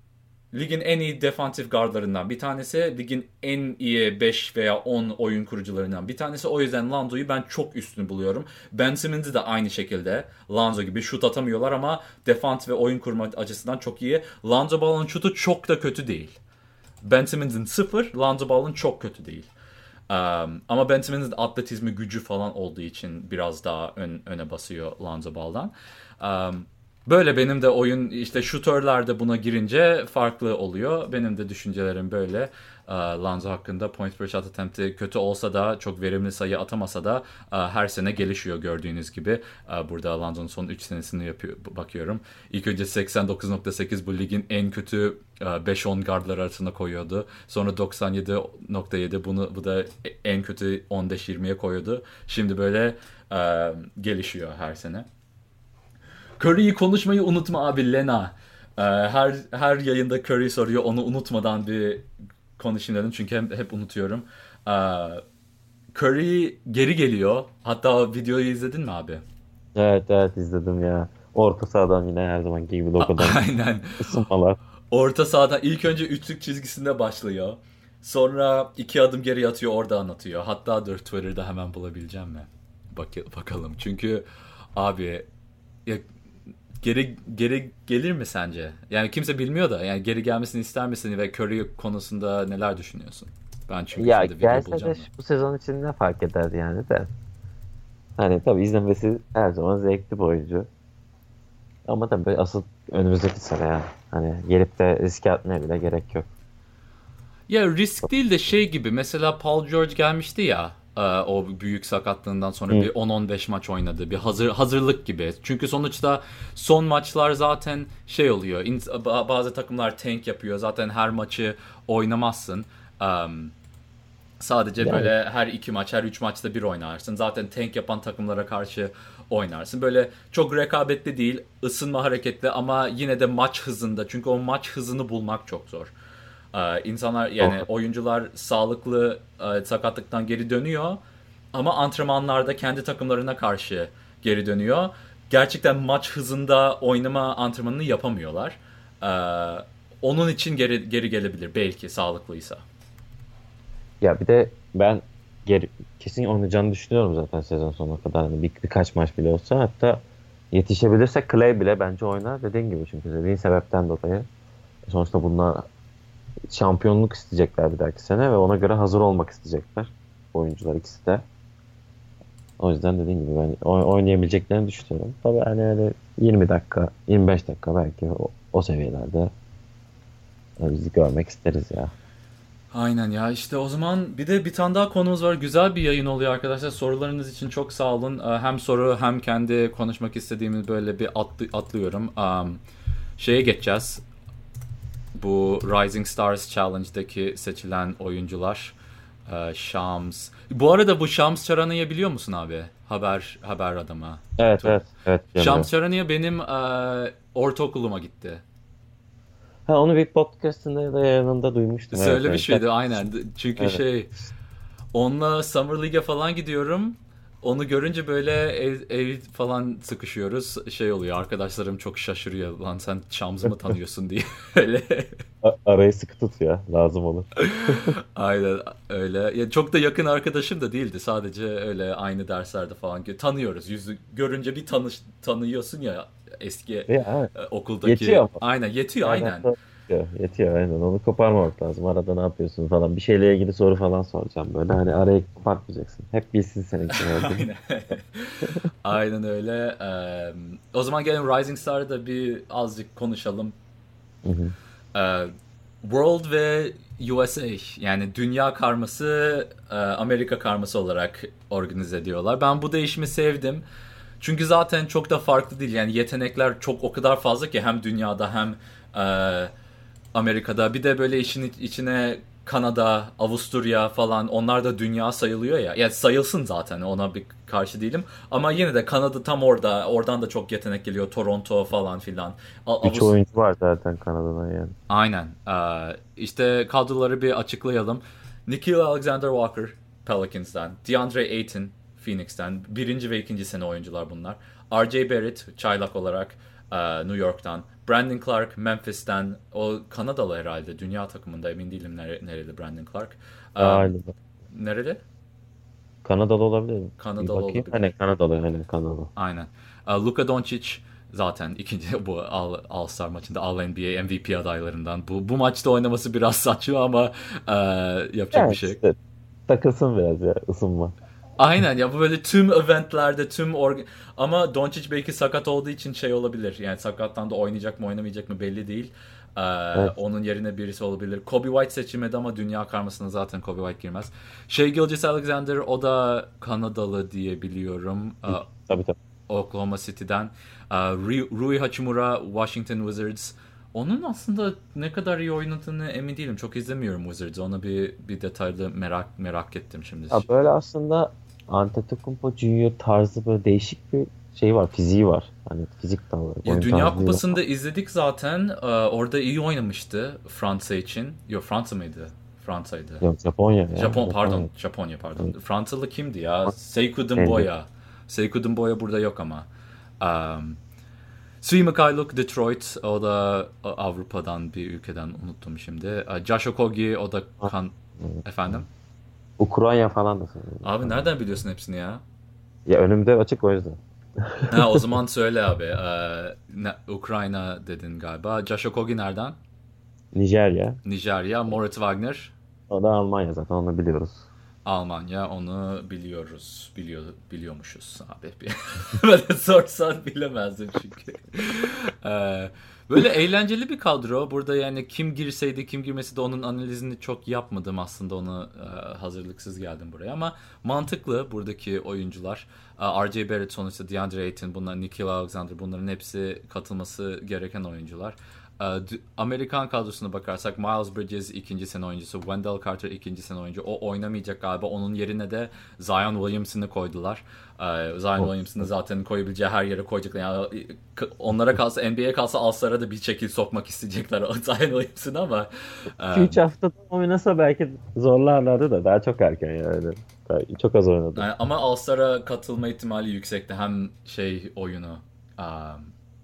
ligin en iyi defansif guardlarından bir tanesi. Ligin en iyi beş veya on oyun kurucularından bir tanesi. O yüzden Lonzo'yu ben çok üstün buluyorum. Ben Simmons'ı da aynı şekilde Lonzo gibi şut atamıyorlar ama defans ve oyun kurma açısından çok iyi. Lonzo Ball'ın şutu çok da kötü değil. Ben Simmons'ın sıfır, Lonzo Ball'ın çok kötü değil. Um, ama Ben Simmons'ın atletizmi, gücü falan olduğu için biraz daha ön, öne basıyor Lonzo Ball'dan. Um, böyle benim de oyun işte şutörler de buna girince farklı oluyor. Benim de düşüncelerim böyle. Uh, Lonzo hakkında point per shot attempt'i kötü olsa da çok verimli sayı atamasa da uh, her sene gelişiyor gördüğünüz gibi. Uh, burada Lonzo'nun son üç senesini yapıyor, bakıyorum. İlk önce seksen dokuz nokta sekiz bu ligin en kötü beş on guardlar arasında koyuyordu. Sonra doksan yedi nokta yedi bunu bu da en kötü on beş yirmiye koyuyordu. Şimdi böyle uh, gelişiyor her sene. Curry'yi konuşmayı unutma abi Lena. Uh, her her yayında Curry soruyor, onu unutmadan bir konuşayım dedim çünkü hep, hep unutuyorum. Uh, Curry geri geliyor. Hatta videoyu izledin mi abi? Evet evet izledim ya. Orta sahadan yine her zamanki gibi o kadar Aynen. ısınmalar. Orta sahadan ilk önce üçlük çizgisinde başlıyor. Sonra iki adım geri atıyor, orada anlatıyor. Hatta dur Twitter'da hemen bulabileceğim mi? Bak bakalım. Çünkü abi ya, geri geri gelir mi sence? Yani kimse bilmiyor da yani geri gelmesini ister misin ve Curry konusunda neler düşünüyorsun? Ben çünkü Ya şimdi video gelse bulacağım. de bu sezon için ne fark eder yani de. Hani tabii izlemesi her zaman zevkli bir oyuncu. Ama tabii asıl önümüzdeki sene ya. Hani gelip de riske atmaya bile gerek yok. Ya risk değil de şey gibi mesela Paul George gelmişti ya e, o büyük sakatlığından sonra Hı. bir on on beş maç oynadı. Bir hazır hazırlık gibi. Çünkü sonuçta son maçlar zaten şey oluyor. Bazı takımlar tank yapıyor. Zaten her maçı oynamazsın. Um, sadece Yani böyle her iki maç, her üç maçta bir oynarsın. Zaten tank yapan takımlara karşı oynarsın. Böyle çok rekabetli değil, ısınma hareketli ama yine de maç hızında. Çünkü o maç hızını bulmak çok zor. Ee, insanlar yani doğru. oyuncular sağlıklı e, sakatlıktan geri dönüyor ama antrenmanlarda kendi takımlarına karşı geri dönüyor. Gerçekten maç hızında oynama antrenmanını yapamıyorlar. Ee, onun için geri geri gelebilir belki sağlıklıysa. Ya bir de ben geri, kesin oynayacağını düşünüyorum zaten sezon sonuna kadar. Hani bir, birkaç maç bile olsa hatta yetişebilirse Clay bile bence oynar dediğin gibi çünkü dediğin sebepten dolayı. Sonuçta bunlar şampiyonluk isteyecekler bir dahaki sene ve ona göre hazır olmak isteyecekler. Oyuncular ikisi de. O yüzden dediğim gibi ben oy- oynayabileceklerini düşünüyorum. Tabii hani öyle yirmi dakika, yirmi beş dakika belki o, o seviyelerde e, bizi görmek isteriz ya. Aynen ya işte o zaman bir de bir tane daha konumuz var. Güzel bir yayın oluyor arkadaşlar. Sorularınız için çok sağ olun. Ee, Hem soru hem kendi konuşmak istediğimiz böyle bir atlı, atlıyorum. Um, şeye geçeceğiz. Bu Rising Stars Challenge'daki seçilen oyuncular. Ee, Shams. Bu arada bu Shams Charania'yı biliyor musun abi? Haber haber adamı. Evet Tu- evet evet Cemre. Shams Charania benim e, ortaokuluma gitti. Ha onu bir podcast'ında ya da yayınında duymuştum. Evet Söylemiş evet. miydi? Aynen. Çünkü Evet. şey onunla Summer League'e falan gidiyorum. Onu görünce böyle ev, ev falan sıkışıyoruz. Şey oluyor arkadaşlarım çok şaşırıyor. Lan sen Shams'ı mı tanıyorsun diye. Öyle. A- arayı sıkı tut ya lazım olur. Aynen öyle. Ya çok da yakın arkadaşım da değildi. Sadece öyle aynı derslerde falan tanıyoruz. Yüzü görünce bir tanış tanıyorsun ya eski Ya, evet. e, okuldaki. Yetiyor ama. Aynen yetiyor Aynen. aynen. Yetiyor, yetiyor aynen. Onu koparmamak lazım. Arada ne yapıyorsun falan. Bir şeyle ilgili soru falan soracağım böyle. Hani arayı kopartmayacaksın. Hep bilsin seninki ne olduğunu. Aynen. Aynen öyle. Ee, o zaman gelin Rising Star'ı da bir azıcık konuşalım. Hı hı. Ee, World ve U S A yani dünya karması e, Amerika karması olarak organize ediyorlar. Ben bu değişimi sevdim. Çünkü zaten çok da farklı değil. Yani yetenekler çok o kadar fazla ki hem dünyada hem e, Amerika'da. Bir de böyle işin içine Kanada, Avusturya falan onlar da dünya sayılıyor ya. Yani sayılsın zaten ona bir karşı değilim. Ama yine de Kanada tam orada. Oradan da çok yetenek geliyor. Toronto falan filan. A- Üç Avust oyuncu var zaten Kanada'dan yani. Aynen. Ee, işte kadroları bir açıklayalım. Nickeil Alexander-Walker Pelicans'tan. DeAndre Ayton Phoenix'ten. Birinci ve ikinci sene oyuncular bunlar. R J Barrett çaylak olarak. Ee, New York'tan. Brandon Clark Memphis'ten. O Kanadalı herhalde. Dünya takımında, emin değilim nere, nereli Brandon Clark. Ee, Galiba. nereli? Kanadalı olabilir mi? Bir Kanadalı bakayım. olabilir. Hani Kanadalı, hani Kanadalı. Aynen. Ee, Luka Doncic zaten ikinci bu All, All-Star maçında All N B A M V P adaylarından. Bu bu maçta oynaması biraz saçma ama e, yapacak Yani bir şey yok. işte takılsın biraz ya, ısınma. Aynen ya, bu böyle tüm eventlerde tüm org- ama Doncic belki sakat olduğu için şey olabilir. Yani sakattan da oynayacak mı oynamayacak mı belli değil. Ee, Evet. onun yerine birisi olabilir. Kobe White seçilmedi ama dünya karmasına zaten Kobe White girmez. Shai Gilgeous-Alexander, o da Kanadalı diye biliyorum. Ee, Tabii tabii. Oklahoma City'den. Ee, Rui Rui Hachimura Washington Wizards. Onun aslında ne kadar iyi oynadığını emin değilim. Çok izlemiyorum Wizards. Ona bir bir detaylı merak merak ettim şimdi. Ya böyle aslında Antetokounmpo Junior tarzı böyle değişik bir şey var, fiziği var. Hani fizik tarzı. Ya oyun Dünya tarzı değil Kupası'nda izledik zaten. Ee, orada iyi oynamıştı Fransa için. Yok, Fransa mıydı? Fransa'ydı. ama- Yok, Japonya ya. Japon pardon. Japonya. Japonya pardon. Evet. Fransalı kimdi ya? Sekou Kendi. Doumbouya. Sekou Doumbouya burada yok ama. Um, Svi Mikhailuk Detroit. O da Avrupa'dan bir ülkeden, unuttum şimdi. Ee, Josh Okogie, o da kan... Efendim? Ukrayna falan da sanırım. Abi nereden biliyorsun hepsini ya? Ya önümde açık, o yüzden. Ha, o zaman söyle abi. Ee, ne- Ukrayna dedin galiba. Josh Okogie nereden? Nijerya. Nijerya. Moritz Wagner. O da Almanya, zaten onu biliyoruz. Almanya, onu biliyoruz. Biliyor, biliyormuşuz abi. Böyle sorsan bilemezdim çünkü. Ee, böyle eğlenceli bir kadro. Burada yani kim girseydi kim girmesi de, onun analizini çok yapmadım aslında. Onu e, hazırlıksız geldim buraya ama mantıklı buradaki oyuncular. E, R J Barrett sonuçta, DeAndre Ayton, bunlar, Nickeil Alexander, bunların hepsi katılması gereken oyuncular. E, d- Amerikan kadrosuna bakarsak Miles Bridges ikinci sene oyuncusu, Wendell Carter ikinci sene oyuncu. O oynamayacak galiba. Onun yerine de Zion Williamson'ı koydular. E, Zion Oh. Williamson'ı zaten koyabileceği her yere koyacaklar. Yani k- onlara kalsa, N B A'ye kalsa All-Star'a da bir şekil sokmak isteyecekler o Zion Williamson'ı ama iki e, üç hafta oynasa belki zorlarlardı da daha çok erken yani. Daha çok az oynadı. yani ama All-Star'a katılma ihtimali yüksekti. Hem şey oyunu, um,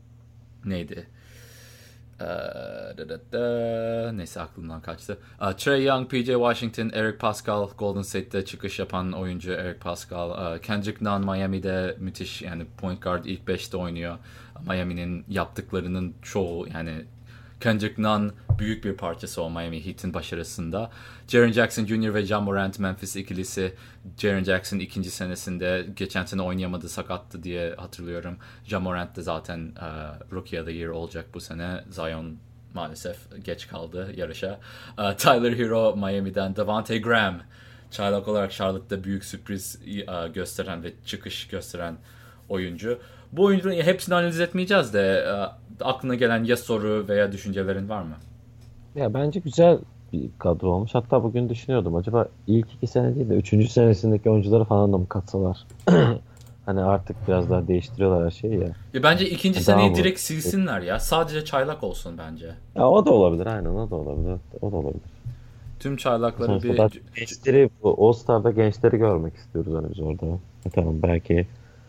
neydi? Ee, da da da. Neyse, aklımdan kaçtı. Ee, Trae Young, P J Washington, Eric Pascal, Golden State'te çıkış yapan oyuncu Eric Pascal. Ee, Kendrick Nunn Miami'de müthiş, yani point guard ilk beşte oynuyor. Miami'nin yaptıklarının çoğu, yani Kendrick Nunn büyük bir parçası o Miami Heat'in başarısında. Jaren Jackson Junior ve Ja Morant Memphis ikilisi. Jaren Jackson ikinci senesinde, geçen sene oynayamadı, sakattı diye hatırlıyorum. Ja Morant de zaten uh, Rookie of the Year olacak bu sene. Zion maalesef geç kaldı yarışa. Uh, Tyler Hero Miami'den. Devontae Graham, çaylak olarak Charlotte'da büyük sürpriz uh, gösteren ve çıkış gösteren oyuncu. Bu oyuncuların hepsini analiz etmeyeceğiz de uh, aklına gelen ya soru veya düşüncelerin var mı? Ya bence güzel bir kadro olmuş. Hatta bugün düşünüyordum, acaba ilk iki sene değil de üçüncü senesindeki oyuncuları falan da mı katsalar? Hani artık biraz daha değiştiriyorlar her şeyi ya. Ya bence ikinci Daha seneyi mı? direkt silsinler ya. Sadece çaylak olsun bence. Ya o da olabilir, aynen, o da olabilir. O da olabilir. Tüm çaylakları Sonuçta bir... da gençleri, bu All Star'da gençleri görmek istiyoruz hani biz orada. E tamam, belki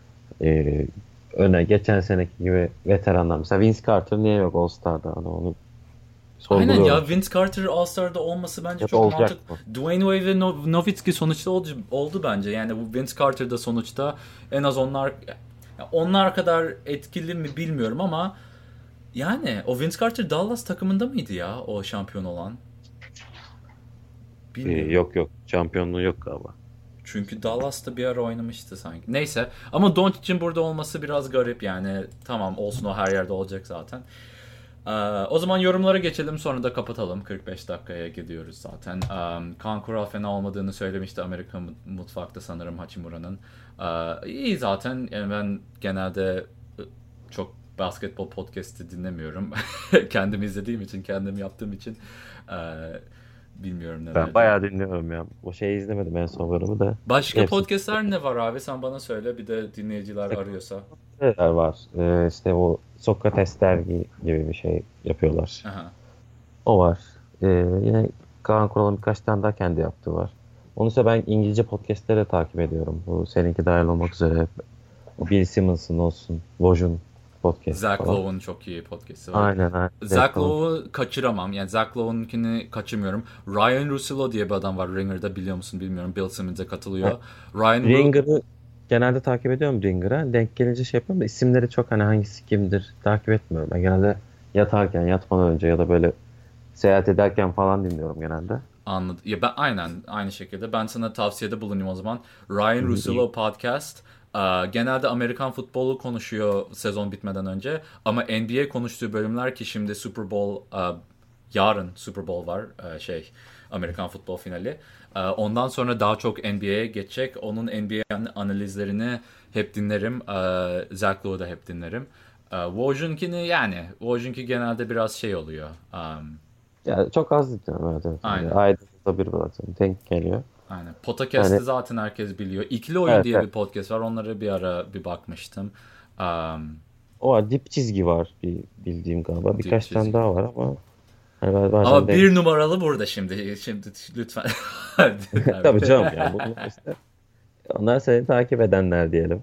e, öne geçen seneki gibi veteranlar. Mesela Vince Carter niye yok All Star'da? Hani onu Aynen sorguluyorum. ya, Vince Carter All-Star'da olması bence Ya da çok olacak mantıklı. mı? Dwayne Wade ve No- Nowitzki sonuçta oldu, oldu bence. Yani bu Vince Carter'da sonuçta en az onlar, ya onlar kadar etkili mi bilmiyorum ama yani o Vince Carter Dallas takımında mıydı ya, o şampiyon olan? E, Bilmiyorum. yok yok. Şampiyonluğu yok galiba. Çünkü Dallas'ta bir ara oynamıştı sanki. Neyse. Ama Doncic'in burada olması biraz garip yani. Tamam, olsun, o her yerde olacak zaten. Ee, o zaman yorumlara geçelim, sonra da kapatalım. kırk beş dakikaya gidiyoruz zaten. Um, Kaan Kural fena olmadığını söylemişti Amerika mutfakta sanırım Hachimura'nın. Ee, iyi zaten. Yani ben genelde çok basketbol podcast'i dinlemiyorum. Kendim izlediğim için, kendim yaptığım için. Ee, bilmiyorum ne Ben bayağı dinliyorum ya. O şeyi izlemedim en son bölümü de. Başka Hepsi- podcastler ne var abi? Sen bana söyle. Bir de dinleyiciler arıyorsa. Şeyler var. Ee, işte o Sokrates dergi gibi bir şey yapıyorlar. Aha. O var. Ee, yine Kaan Kural'ın birkaç tane daha kendi yaptığı var. Onun ise ben İngilizce podcastleri de takip ediyorum. Bu seninki dahil olmak üzere. Bill Simmons'ın olsun, Woj'un podcast Zach falan. Lowe'un çok iyi podcast'i var. Aynen aynen. Zach Lowe'u kaçıramam. Yani Zach Lowe'unkini kaçırmıyorum. Ryan Russillo diye bir adam var Ringer'da, biliyor musun bilmiyorum. Bill Simmons'e katılıyor. Evet. Ryan Ru- Ringer'ı genelde takip ediyorum Ringer'a. Denk gelince şey yapıyorum da isimleri çok hani hangisi kimdir takip etmiyorum. Ben genelde yatarken, yatmadan önce ya da böyle seyahat ederken falan dinliyorum genelde. Anladım. Ya ben aynen aynı şekilde. Ben sana tavsiyede bulunayım o zaman. Ryan Hı hı, iyi. Russillo podcast. Aa, genelde Amerikan futbolu konuşuyor sezon bitmeden önce. Ama N B A konuştuğu bölümler, ki şimdi Super Bowl, aa, yarın Super Bowl var, aa, şey Amerikan futbol finali. Aa, ondan sonra daha çok N B A'ye geçecek. Onun N B A analizlerini hep dinlerim. Aa, Zach Lowe'u da hep dinlerim. Aa, Woj'unkini yani Woj'unki genelde biraz şey oluyor. Um, Ya çok az dinliyorum. Evet, evet. Yani aynen. ayda da bir bazen denk geliyor. Aynen. Yani Podcast'ı zaten herkes biliyor. İkili Oyun evet, diye evet. bir podcast var. Onlara bir ara bir bakmıştım. Um, O var. Dip çizgi var bir bildiğim galiba. Dip Birkaç tane çizgi. daha var ama hani bazen Ama denk. bir numaralı burada şimdi. Şimdi lütfen. Hadi abi. Tabii canım yani. Bunlar işte. Onlar seni takip edenler diyelim.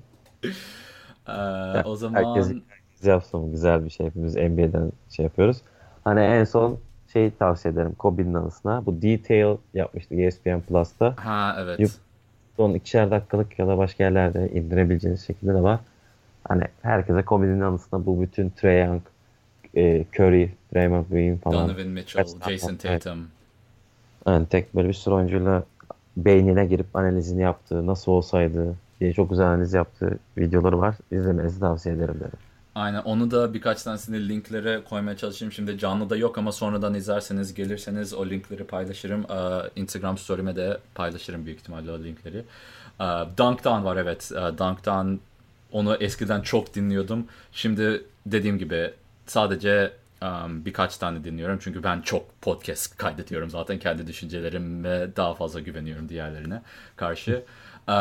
Ee, Yani o herkes, zaman herkes yapsın. Güzel bir şey. Hepimiz N B A'den şey yapıyoruz. Hani en son şey tavsiye ederim Kobe'nin anısına. Bu Detail yapmıştık E S P N Plus'ta. ha evet. Son ikişer dakikalık ya da başka yerlerde indirebileceğiniz şekilde de var. Hani herkese Kobe'nin anısına bu bütün Trae Young, e, Curry, Draymond Green falan. Donovan Mitchell, Kaç tane Jason var? Evet. Tatum. Yani tek böyle bir sürü oyuncuyla beynine girip analizini yaptığı, nasıl olsaydı diye çok güzel analiz yaptığı videoları var. İzlemenizi tavsiye ederim dedim. Aynen, onu da birkaç tanesini linklere koymaya çalışayım. Şimdi canlıda yok ama sonradan izlerseniz, gelirseniz o linkleri paylaşırım. Ee, Instagram story'me de paylaşırım büyük ihtimalle o linkleri. Ee, Dunk'tan var, evet. Ee, Dunk'tan, onu eskiden çok dinliyordum. Şimdi dediğim gibi sadece um, birkaç tane dinliyorum. Çünkü ben çok podcast kaydediyorum zaten, kendi düşüncelerime daha fazla güveniyorum diğerlerine karşı. Ee,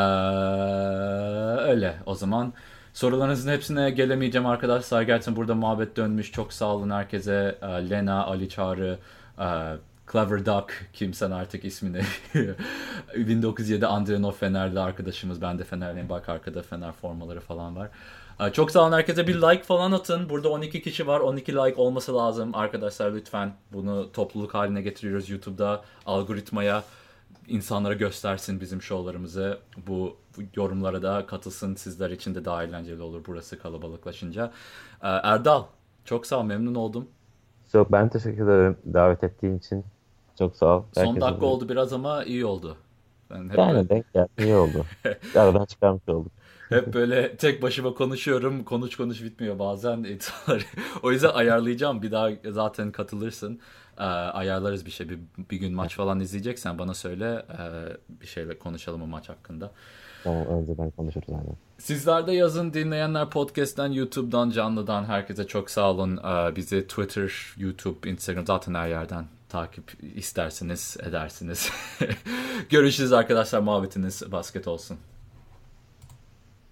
öyle o zaman. Sorularınızın hepsine gelemeyeceğim arkadaşlar. Gerçekten burada muhabbet dönmüş. Çok sağ olun herkese. Ee, Lena, Ali Çağrı, e, Clever Duck, kimsen artık ismini. bin dokuz yüz yedi Andrenov Fenerli arkadaşımız. Ben de Fenerliyim. Bak arkada Fener formaları falan var. Ee, Çok sağ olun herkese. Bir like falan atın. Burada on iki kişi var. on iki like olması lazım. Arkadaşlar lütfen bunu topluluk haline getiriyoruz YouTube'da. Algoritmaya, insanlara göstersin bizim şovlarımızı. Bu, bu yorumlara da katılsın. Sizler için de daha eğlenceli olur burası kalabalıklaşınca. Ee, Erdal, çok sağ ol, memnun oldum. Çok ben teşekkür ederim davet ettiğin için. Çok sağ ol. Son Herkese dakika de. oldu biraz ama iyi oldu. Ben hep böyle Yani denk geldi. İyi oldu. Aradan çıkarmış olduk. hep böyle tek başıma konuşuyorum. Konuş konuş bitmiyor bazen insanlar. O yüzden ayarlayacağım. Bir daha zaten katılırsın. Ee, ayarlarız bir şey. Bir, bir gün maç falan izleyeceksen bana söyle. Ee, bir şeyle konuşalım o maç hakkında. Tamam önceden konuşuruz aynen. Sizler de yazın, dinleyenler podcast'ten, YouTube'dan, canlıdan herkese çok sağ olun. Ee, bizi Twitter, YouTube, Instagram, zaten her yerden takip isterseniz edersiniz. Görüşürüz arkadaşlar, muhabbetiniz basket olsun.